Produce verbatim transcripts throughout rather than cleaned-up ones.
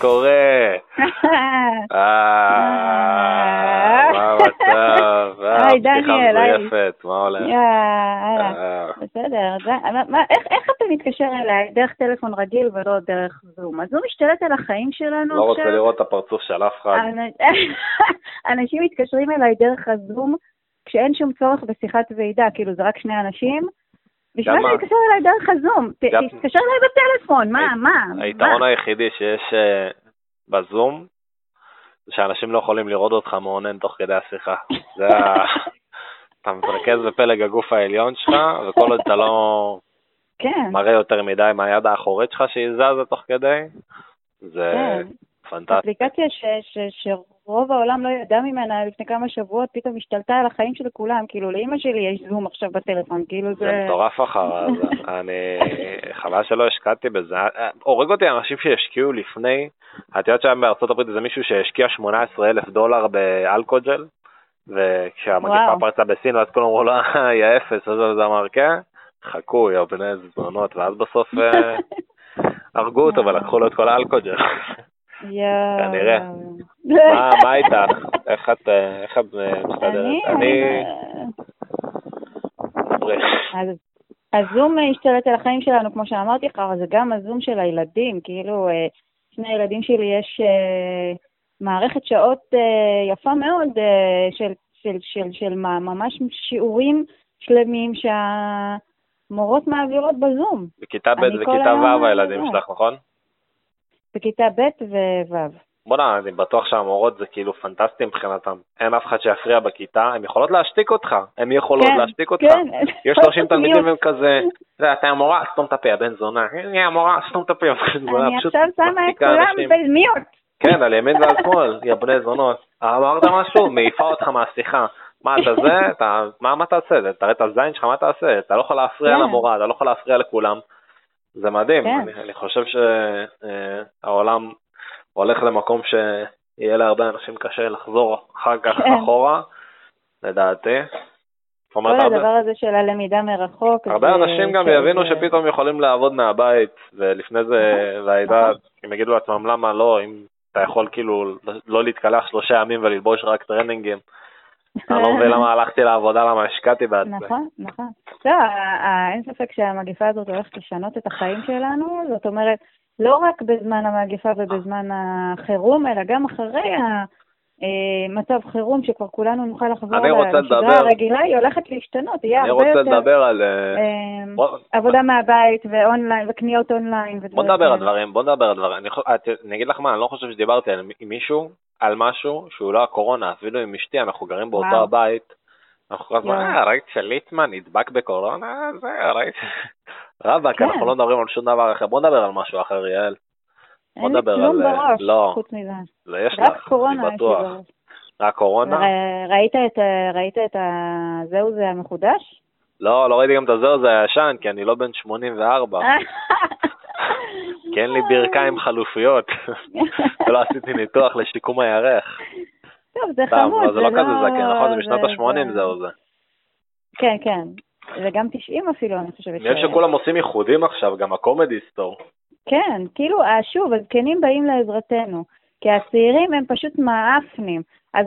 קורה? מה המצב? היי דניאל, היי. יפת, מה הולך? יאללה, בסדר. איך אתה מתקשר אליי? דרך טלפון רגיל ולא דרך זום? אז הוא משתלט על החיים שלנו עכשיו? לא רוצה לראות את הפרצוף של אף אחד. אנשים מתקשרים אליי דרך הזום כשאין שום צורך בשיחת ועידה, כאילו זה רק שני אנשים. בשביל זה תתקשר אליי דרך הזום, תתקשר אליי בטלפון, מה, מה? היתרון היחידי שיש בזום, זה שאנשים לא יכולים לראות אותך מעונן תוך כדי השיחה. זה ה... אתה מתרכז בפלג הגוף העליון שלך, וכל עוד אתה לא מראה יותר מדי מהיד האחורית שלך שהיא זזה תוך כדי, זה פנטסטי. אפליקציה שרוב העולם לא ידע ממנה לפני כמה שבועות, פתאום השתלטה על החיים של כולם, כאילו לאמא שלי יש זום עכשיו בטלפון, כאילו זה... זה מטורף אחר, אני חבל שלא השקעתי בזה, הורג אותי אנשים שהשקיעו לפני, את יודעת שהיה בארצות הברית איזה מישהו שהשקיע שמונה עשרה אלף דולר באלכוג'ל, וכשהמגפה פרצה בסין, ואז כולם אמרו לו, יא אפס, אז זה אמר, כן, חכו, יא בני זמנות, ואז בסוף הרגו אותו ולקחו לו את כל האלכוג'ל. כנראה. מה איתך? איך את מסתדרת? אני... הזום השתלט על החיים שלנו, כמו שאמרתי לך, אבל זה גם הזום של הילדים, כאילו, שני הילדים שלי יש מערכת שעות יפה מאוד של ממש שיעורים שלמים שהמורות מעבירות בזום. בכיתה ב' וכיתה ו' הילדים שלך, נכון? בכיתה ב' וו'. בוא'נה, אני בטוח שהמורות זה כאילו פנטסטי מבחינתם. אין אף אחד שיפריע בכיתה, הן יכולות להשתיק אותך. הן יכולות להשתיק אותך. יש שלושים תלמידים והם כזה, זה, אתה המורה, סתום את הפה, הבן זונה. הנה המורה, סתום את הפה. אני עכשיו שמה את כולם במיוט. כן, על ימין ועל שמאל, יא בני זונות. אמרת משהו, מעיפה אותך מהשיחה. מה אתה זה? מה אתה עושה? תראה את הזין שלך, מה אתה עושה? אתה לא יכול להפריע למורה, אתה לא יכול להפריע לכולם. זה מדהים, אני, אני חושב שהעולם הולך למקום שיהיה להרבה אנשים קשה לחזור אחר כך אחורה, לדעתי. כל הדבר הזה של הלמידה מרחוק. הרבה אנשים גם יבינו שפתאום יכולים לעבוד מהבית, ולפני זה, והייתה, אם יגידו לעצמם למה לא, אם אתה יכול כאילו לא להתקלח שלושה ימים וללבוש רק טרנינגים, אני לא מבין למה הלכתי לעבודה, למה השקעתי בעצמי. נכון, נכון. לא, אין ספק שהמגיפה הזאת הולכת לשנות את החיים שלנו, זאת אומרת, לא רק בזמן המגיפה ובזמן החירום, אלא גם אחרי המצב חירום, שכבר כולנו נוכל לחזור לשגרה הרגילה, היא הולכת להשתנות, יהיה הרבה יותר... אני רוצה לדבר על... עבודה מהבית ואונליין, וקניות אונליין. בוא נדבר על דברים, בוא נדבר על דברים. אני אגיד לך מה, אני לא חושב שדיברתי עם מישהו, על משהו שהוא לא הקורונה, אפילו עם אשתי, אנחנו גרים באותו הבית, אנחנו חושבים, אה, ראית שליטמן נדבק בקורונה? זה, ראית? רבק, אנחנו לא מדברים על שום דבר אחר, בוא נדבר על משהו אחר, יעל. אין לי כלום בראש, חוץ מזה. זה יש לך, אני בטוח. רק קורונה? ראית את הזהו זה המחודש? לא, לא ראיתי גם את הזהו זה הישן, כי אני לא בן שמונים וארבע. כי אין לי ברכיים חלופיות, ולא עשיתי ניתוח לשיקום הירך. טוב, זה חמוד. זה לא כזה זקן, נכון? זה משנות ה-שמונים זהו זה. כן, כן. וגם תשעים אפילו, אני חושבת. אני חושב שכולם עושים ייחודים עכשיו, גם הקומדי סטור. כן, כאילו, שוב, הזקנים באים לעזרתנו, כי הצעירים הם פשוט מאפנים. אז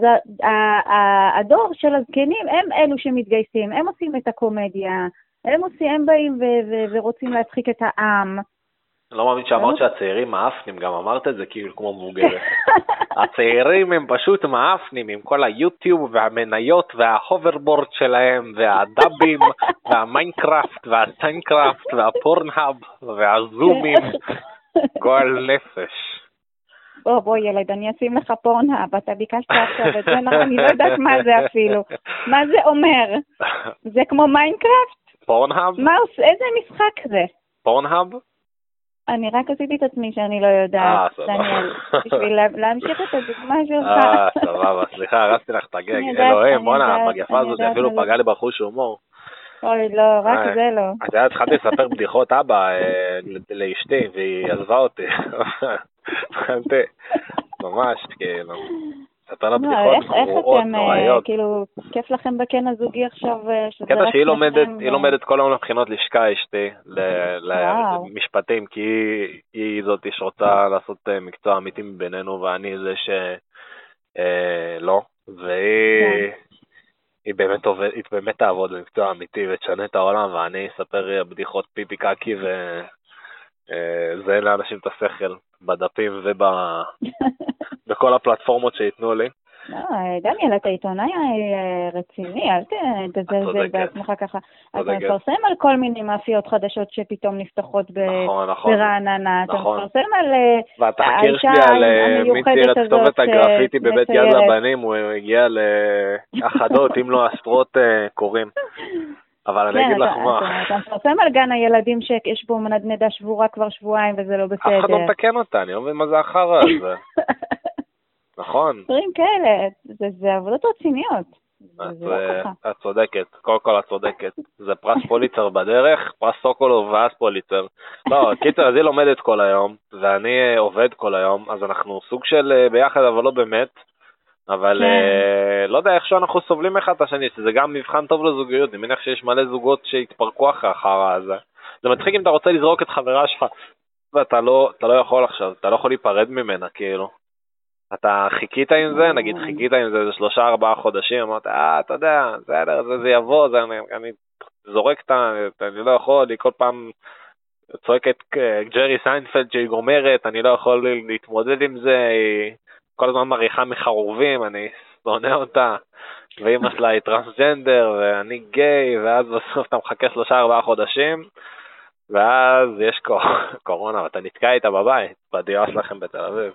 הדור של הזקנים הם אלו שמתגייסים, הם עושים את הקומדיה, הם עושים, הם באים ורוצים להצחיק את העם. אני לא מאמין שאמרת שהצעירים מאפנים, גם אמרת את זה כאילו כמו מבוגרת. הצעירים הם פשוט מאפנים עם כל היוטיוב והמניות וההוברבורד שלהם והדאבים והמיינקראפט והטיינקראפט והפורנהאב והזומים. גועל נפש. בוא בוא ילד, אני אשים לך פורנהאב, אתה ביקשת עכשיו את זה, אני לא יודעת מה זה אפילו. מה זה אומר? זה כמו מיינקראפט? פורנהאב? איזה משחק זה? פורנהאב? אני רק עשיתי את עצמי שאני לא יודעת, דניאל, בשביל להמשיך את הדוגמה שלך. אה, סבבה, סליחה, הרסתי לך את הגג. אלוהים, בוא'נה, המגפה הזאת אפילו פגעה לי בחוש הומור. אוי, לא, רק זה לא. את יודעת, התחלתי לספר בדיחות אבא לאשתי, והיא עזבה אותי. התחלתי, ממש, כאילו. ספר לה בדיחות גרועות, נוראיות. כאילו, כיף לכם בכן הזוגי עכשיו? קטע שהיא לומדת כל היום לבחינות לשכה אשתי, למשפטים, כי היא זאת שרוצה לעשות מקצוע אמיתי בינינו, ואני זה שלא, והיא באמת תעבוד במקצוע אמיתי ותשנה את העולם, ואני אספר בדיחות פיפי קקי וזה לאנשים את השכל בדפים ובכל הפלטפורמות שיתנו לי. לא, דניאל, אתה עיתונאי רציני, אל תזלזל בעצמך ככה. אתה מפרסם על כל מיני מאפיות חדשות שפתאום נפתחות ברעננה. אתה מפרסם על והתחקיר שלי על מי ציר את כתובת הגרפיטי בבית יד לבנים, הוא הגיע לאחדות, אם לא עשרות קוראים. אבל אני אגיד לך מה. אתה מפרסם על גן הילדים שיש בו מנדנדה שבורה כבר שבועיים וזה לא בסדר. אף אחד לא מתקן אותה, אני לא מבין מה זה אחר הזה. נכון. דברים כאלה, זה, זה עבודות רציניות. את, זה לא ככה. את צודקת, קודם כל את צודקת. זה פרס פוליצר בדרך, פרס סוקולוב ואז פוליצר. לא, קיצר, אז היא לומדת כל היום, ואני עובד כל היום, אז אנחנו סוג של ביחד, אבל לא באמת. אבל כן. לא יודע איך שאנחנו סובלים אחד את השני, שזה גם מבחן טוב לזוגיות, אני מניח שיש מלא זוגות שהתפרקו אחרי החרא הזה. זה מצחיק אם אתה רוצה לזרוק את חברה שלך, ואתה לא, אתה לא יכול עכשיו, אתה לא יכול להיפרד ממנה, כאילו. אתה חיכית עם זה, נגיד חיכית עם זה, זה שלושה ארבעה חודשים, אמרת, אה, אתה יודע, זה, זה, זה יבוא, זה, אני, אני זורק את, אני לא יכול, אני כל פעם צועק את ג'רי סיינפלד שהיא גומרת, אני לא יכול להתמודד עם זה, היא כל הזמן מריחה מחרובים, אני שונא אותה, ואמא שלה היא טרנסג'נדר, ואני גיי, ואז בסוף אתה מחכה שלושה ארבעה חודשים, ואז יש קורונה, ואתה נתקע איתה בבית, בדירה שלכם בתל אביב.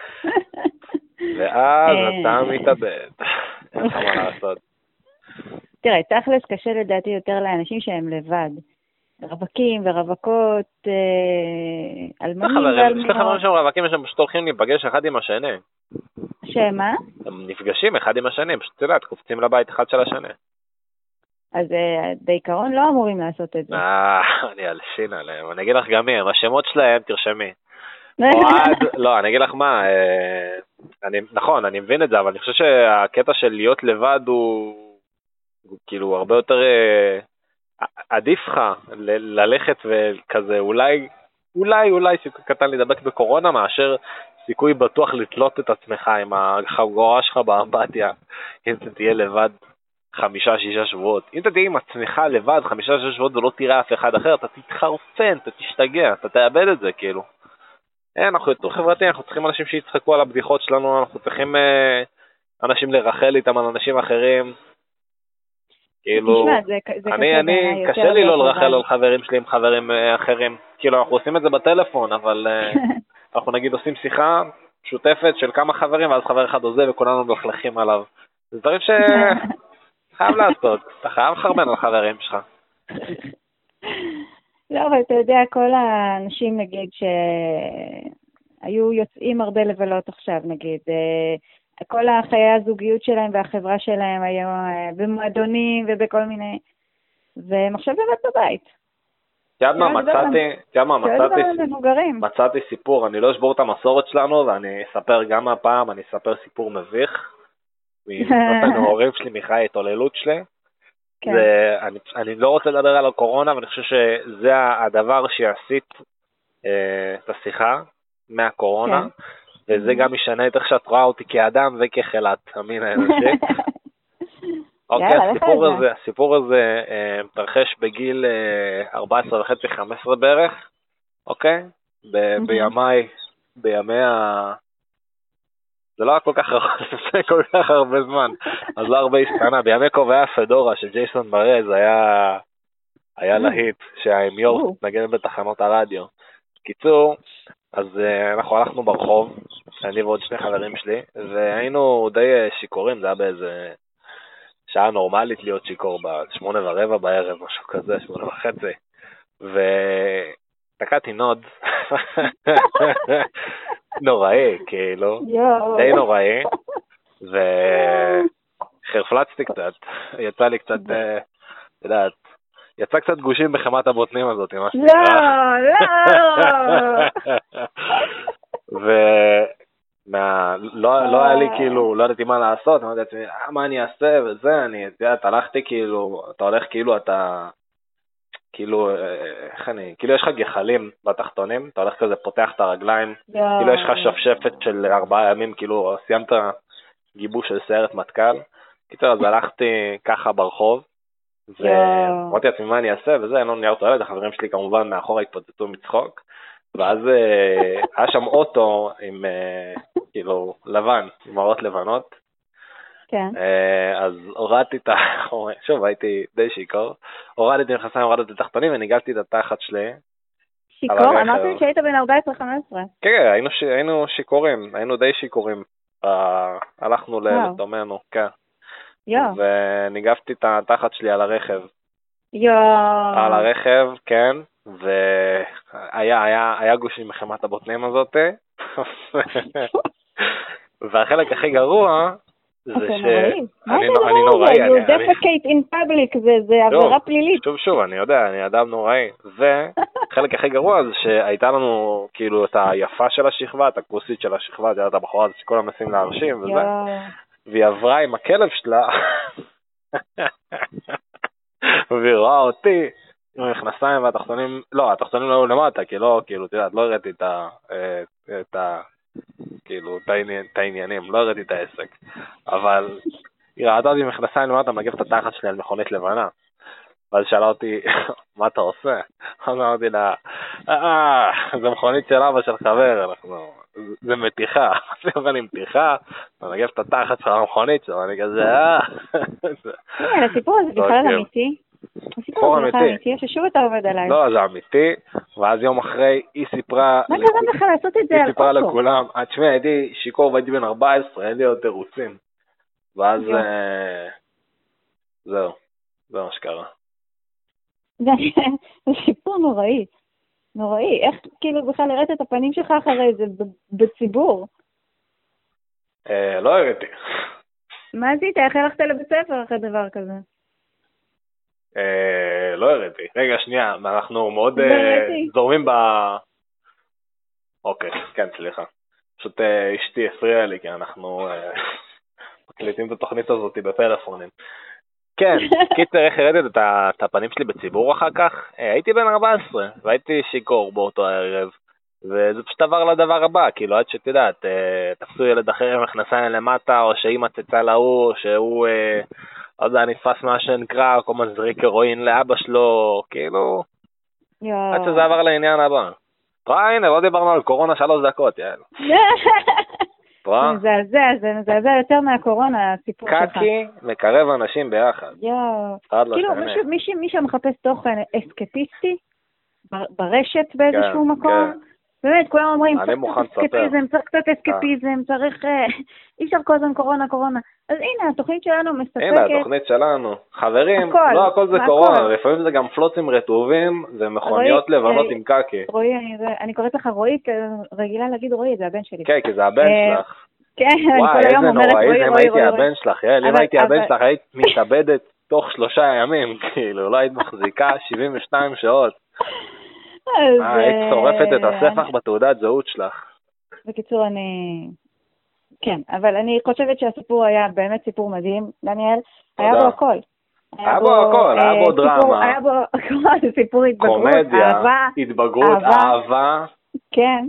ואז אתה מתאבד. אין לך מה לעשות. תראה, תכלס קשה לדעתי יותר לאנשים שהם לבד. רווקים ורווקות, אלמנים ואלמנות. יש לך חברים שהם רווקים, שהם פשוט הולכים להיפגש אחד עם השני. שמה? הם נפגשים אחד עם השני, פשוט תדעת, קופצים לבית אחד של השני. אז בעיקרון לא אמורים לעשות את זה. אה, אני אלשין עליהם. אני אגיד לך גם מי, השמות שלהם תרשמי. אוהד, לא, אני אגיד לך מה, אני, נכון, אני מבין את זה, אבל אני חושב שהקטע של להיות לבד הוא, הוא כאילו הרבה יותר עדיף לך ל- ללכת וכזה, אולי, אולי, אולי סיכוי קטן להידבק בקורונה, מאשר סיכוי בטוח לתלות את עצמך עם החגורה שלך באמבטיה, אם אתה תהיה לבד חמישה, שישה שבועות. אם אתה תהיה עם עצמך לבד חמישה, שישה שבועות ולא תראה אף אחד אחר, אתה תתחרפן, אתה תשתגע, אתה תאבד את זה, כאילו. אין, אנחנו יותר חברתיים, אנחנו צריכים אנשים שיצחקו על הבדיחות שלנו, אנחנו צריכים אה, אנשים לרחל איתם על אנשים אחרים. כאילו, תשמע, זה, זה אני, אני, קשה לי לא לרחל על חברים שלי עם חברים אה, אחרים. כאילו, אנחנו עושים את זה בטלפון, אבל אה, אנחנו נגיד עושים שיחה משותפת של כמה חברים, ואז חבר אחד עוזב וכולנו מלכלכים עליו. זה דברים שחייב לעשות, אתה חייב לחרבן על חברים שלך. לא, אבל אתה יודע, כל האנשים, נגיד, שהיו יוצאים הרבה לבלות עכשיו, נגיד, כל החיי הזוגיות שלהם והחברה שלהם היו במועדונים ובכל מיני, והם עכשיו באמת בבית. תיאד מה, מצאתי, תיאד מה, מצאתי, מצאתי סיפור, אני לא אשבור את המסורת שלנו, ואני אספר גם הפעם, אני אספר סיפור מביך, מאופן ההורים שלי, מחי ההתעוללות שלי. כן. זה, אני, אני לא רוצה לדבר על הקורונה, ואני חושב שזה הדבר שיעשית אה, את השיחה מהקורונה, כן. וזה גם ישנה את איך שאת רואה אותי כאדם וכחלת, המין האנושי. אוקיי, הסיפור הזה, הסיפור הזה אה, מתרחש בגיל אה, ארבע עשרה וחצי חמש עשרה בערך, אוקיי? ב- בימי, בימי ה... זה לא היה כל כך הרבה, כל כך הרבה זמן, אז לא הרבה השתנה. בימי קובעי הפדורה של ג'ייסון ברז היה, היה להיט, שהאמיור נגן בתחנות הרדיו. קיצור, אז אנחנו הלכנו ברחוב, אני ועוד שני חברים שלי, והיינו די שיקורים, זה היה באיזה שעה נורמלית להיות שיקור, בשמונה ורבע בערב, משהו כזה, שמונה וחצי, ותקעתי נוד, נוראי, כאילו, די נוראי, וחרפלצתי קצת, יצא לי קצת, יודעת, יצא קצת גושים בחמת הבוטנים הזאת, מה שנקרא. לא, לא. מה, לא, לא היה לי כאילו, לא ידעתי מה לעשות, אמרתי לעצמי, אה, מה אני אעשה וזה, אני, אתה יודע, הלכתי כאילו, אתה הולך כאילו אתה, כאילו, איך אני, כאילו יש לך גחלים בתחתונים, אתה הולך כזה פותח את הרגליים, כאילו יש לך שפשפת של ארבעה ימים, כאילו סיימת גיבוש של סיירת מטכ"ל, קיצור, אז הלכתי ככה ברחוב, ואמרתי לעצמי מה אני אעשה, וזה, אין לנו נייר טואלט, החברים שלי כמובן מאחורה התפוצצו מצחוק, ואז היה שם אוטו עם, כאילו, לבן, עם מראות לבנות, כן. אז הורדתי את ה... שוב, הייתי די שיקור, הורדתי מכנסיים, הורדתי את התחתונים וניגלתי את התחת שלי. שיקור? אמרת לי שהיית בן ארבע עשרה חמש עשרה. כן, היינו, ש... היינו שיקורים, היינו די שיקורים. הלכנו לתומנו, כן. וניגפתי את התחת שלי על הרכב. יואו. על הרכב, כן, והיה היה, היה גוש עם מחמת הבוטנים הזאת. והחלק הכי גרוע, זה ש... מה זה דבר הזה? You defecate in public, זה עבירה פלילית. שוב, שוב, אני יודע, אני אדם נוראי. וחלק הכי גרוע זה שהייתה לנו כאילו את היפה של השכבה, את הכוסית של השכבה, את הבחורה הזאת שכל המסים להרשים וזה. והיא עברה עם הכלב שלה, והיא רואה אותי עם המכנסיים והתחתונים, לא, התחתונים לא היו למטה, כי לא, כאילו, תראה, לא הראיתי את ה... כאילו, את העניינים, לא הראיתי את העסק, אבל היא ראתה אותי מכנסיים למטה, מגב את התחת שלי על מכונית לבנה, ואז שאלה אותי, מה אתה עושה? אז אמרתי לה, אה, זה מכונית של אבא של חבר, אנחנו, זה מתיחה, אני מתיחה, אני מגב את התחת של המכונית שלו, אני כזה, אה. כן, הסיפור הזה בכלל אמיתי. הסיפור הזה בכלל אמיתי, ששוב אתה עובד עליי. לא, זה אמיתי, ואז יום אחרי היא סיפרה... מה גרם לך לעשות את זה על אוטו? היא סיפרה לכולם, תשמע, הייתי שיקור והייתי בן ארבע עשרה, אין לי עוד תירוצים. ואז זהו, זה מה שקרה. זה סיפור נוראי, נוראי. איך כאילו בכלל הראית את הפנים שלך אחרי זה בציבור? לא הראיתי. מה עשית? איך הלכת לבית ספר אחרי דבר כזה? לא הראיתי. רגע, שנייה, אנחנו מאוד זורמים ב... אוקיי, כן, סליחה. פשוט אשתי הפריעה לי, כי אנחנו מקליטים את התוכנית הזאת בפלאפונים. כן, קיצר, איך הראיתי את הפנים שלי בציבור אחר כך? הייתי בן ארבע עשרה, והייתי שיקור באותו הערב, וזה פשוט עבר לדבר הבא, כאילו עד שתדעת, תפסו ילד אחר עם מכנסיים למטה, או שאמא צצה להוא, או שהוא... לא יודע, נתפס מה שנקרא, כל מה זריק הרואין לאבא שלו, כאילו, עד שזה עבר לעניין הבא. תראה, הנה, לא דיברנו על קורונה שלוש דקות, יאללה. זה מזעזע, זה מזעזע יותר מהקורונה, הסיפור שלך. קקי מקרב אנשים ביחד. יואו. כאילו, מי שמחפש תוכן אסקפיסטי, ברשת באיזשהו מקום, באמת, כולם אומרים, צריך קצת אסקפיזם, צריך קצת אסקפיזם, צריך... אי אפשר כל הזמן קורונה, קורונה. אז הנה, התוכנית שלנו מספקת... הנה, התוכנית שלנו. חברים, לא הכל זה קורונה, לפעמים זה גם פלוצים רטובים, ומכוניות לבנות עם קקי. רועי, אני קוראת לך רועי, רגילה להגיד רועי, זה הבן שלי. כן, כי זה הבן שלך. כן, אני כל היום אומרת רועי, רועי, רועי. אם הייתי הבן שלך, אם הייתי הבן שלך, היית מתאבדת תוך שלושה ימים, כאילו, לא היית מחזיקה שבעים ושתיים שעות. היית שורפת את הספח בתעודת זהות שלך. בקיצור, אני... כן, אבל אני חושבת שהסיפור היה באמת סיפור מדהים, דניאל. היה בו הכל. היה בו הכל, היה בו דרמה. היה בו סיפור התבגרות, אהבה. התבגרות, אהבה. כן.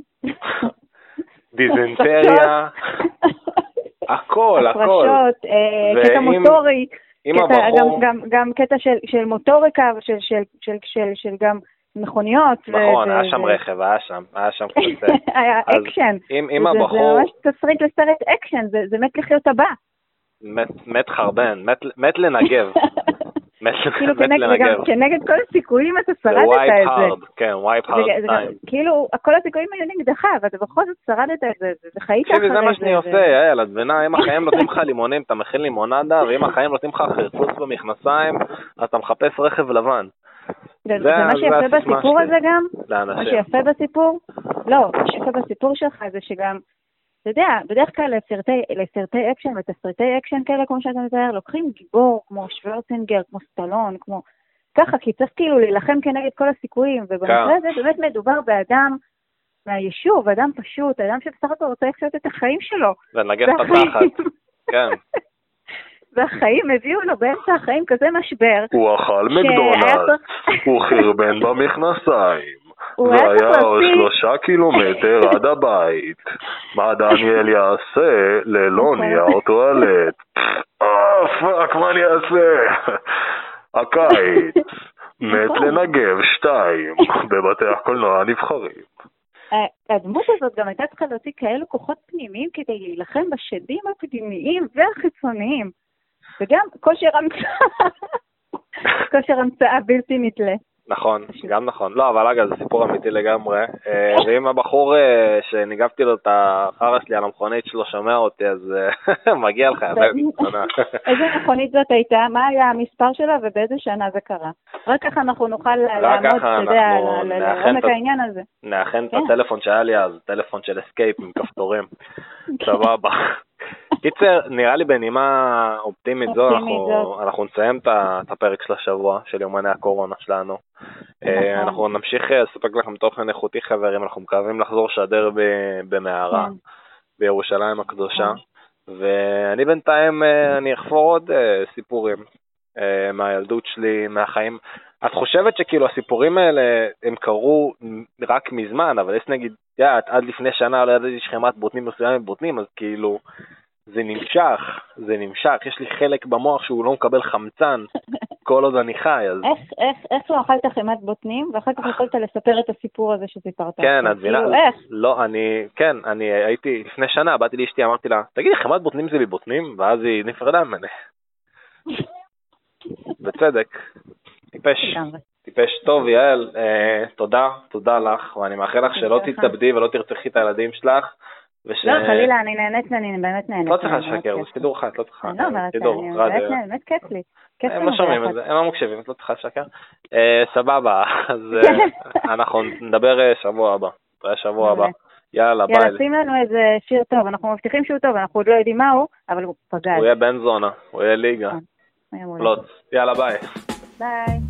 דיזנטריה. הכל, הכל. הפרשות, קטע מוטורי. גם קטע של מוטוריקה, של גם... מכוניות. נכון, היה שם רכב, היה שם, היה שם קצת. היה אקשן. עם הבחור... זה ממש תסריט לסרט אקשן, זה מת לחיות הבא. מת חרבן, מת לנגב. כאילו כנגד כל הסיכויים אתה שרדת את זה. כן, וייפ הארד טיים. כאילו, כל הסיכויים היו נגדך, ואתה בכל זאת שרדת את זה, וחיית אחרי זה. זה מה שאני עושה, יאללה, את מבינה, אם החיים נותנים לך לימונים, אתה מכין לימונדה, ואם החיים נותנים לך חרצוץ במכנסיים, אז אתה מחפש רכב לבן. זה מה שיפה בסיפור הזה גם, מה שיפה בסיפור, לא, מה שיפה בסיפור שלך זה שגם, אתה יודע, בדרך כלל לסרטי אקשן ותסריטי אקשן כאלה, כמו שאתה מתאר, לוקחים גיבור כמו שוורצנגר, כמו סטלון, כמו ככה, כי צריך כאילו להילחם כנגד כל הסיכויים, ובמקרה הזה באמת מדובר באדם מהיישוב, אדם פשוט, אדם שבסך הכל רוצה לחיות את החיים שלו. ונגף בתחת, כן. והחיים הביאו לו באמצע החיים כזה משבר. הוא אכל מקדונלד, הוא חרבן במכנסיים, והיה עוד שלושה קילומטר עד הבית. מה דניאל יעשה ללא נייר טואלט? אה, פאק, מה אני אעשה? הקיץ, מת לנגב שתיים, בבתי הקולנוע הנבחרים. הדמות הזאת גם הייתה צריכה להוציא כאלו כוחות פנימיים כדי להילחם בשדים הפנימיים והחיצוניים. וגם כושר המצאה, כושר המצאה בלתי נתלה. נכון, גם נכון. לא, אבל אגב, זה סיפור אמיתי לגמרי. ואם הבחור שניגבתי לו את החרא שלי על המכונית שלו שומע אותי, אז מגיע לך. איזה מכונית זאת הייתה? מה היה המספר שלה ובאיזה שנה זה קרה? רק ככה אנחנו נוכל לעמוד, אתה יודע, לעומק העניין הזה. נאחן את הטלפון שהיה לי אז, טלפון של אסקייפ עם כפתורים. סבבה. קיצר, נראה לי בנימה אופטימית זו, אנחנו, אנחנו נסיים את הפרק של השבוע, של יומני הקורונה שלנו. אנחנו נמשיך לספק לכם תוכן איכותי חברים, אנחנו מקווים לחזור שדר במערה, בירושלים הקדושה, ואני בינתיים, אני אחפור עוד סיפורים מהילדות שלי, מהחיים. את חושבת שכאילו הסיפורים האלה הם קרו רק מזמן, אבל יש נגיד, יאת, עד לפני שנה לא ידעתי שחמת בוטנים מסוימים בוטנים, אז כאילו זה נמשך, זה נמשך, יש לי חלק במוח שהוא לא מקבל חמצן כל עוד אני חי, אז... איך, איך, איך לא אכלת חמת בוטנים, ואחר כך יכולת לספר את הסיפור הזה שסיפרת? כן, את מבינה? כאילו, איך? לא, אני, כן, אני הייתי, לפני שנה, באתי לאשתי, אמרתי לה, תגידי, חמת בוטנים זה לי בוטנים? ואז היא נפרדה ממני. בצדק. טיפש. טיפש. טוב, יעל, אה, תודה, תודה לך, ואני מאחל לך שלא תתאבדי ולא תרצחי את הילדים שלך. וש... לא, חלילה, אני נהנית ואני באמת נהנית. לא צריכה לשקר, זה סידור חד, לא צריכה. אני לא אומרת, אני באמת כיף לי. הם לא שומעים את זה, הם לא מוקשבים, את לא צריכה לשקר. סבבה, אז אנחנו נדבר שבוע הבא. שבוע הבא. יאללה, ביי. יאללה, שים לנו איזה שיר טוב, אנחנו מבטיחים שהוא טוב, אנחנו עוד לא יודעים מהו, אבל הוא פגז. הוא יהיה בן זונה, הוא יהיה ליגה. פלוץ. יאללה, ביי. ביי.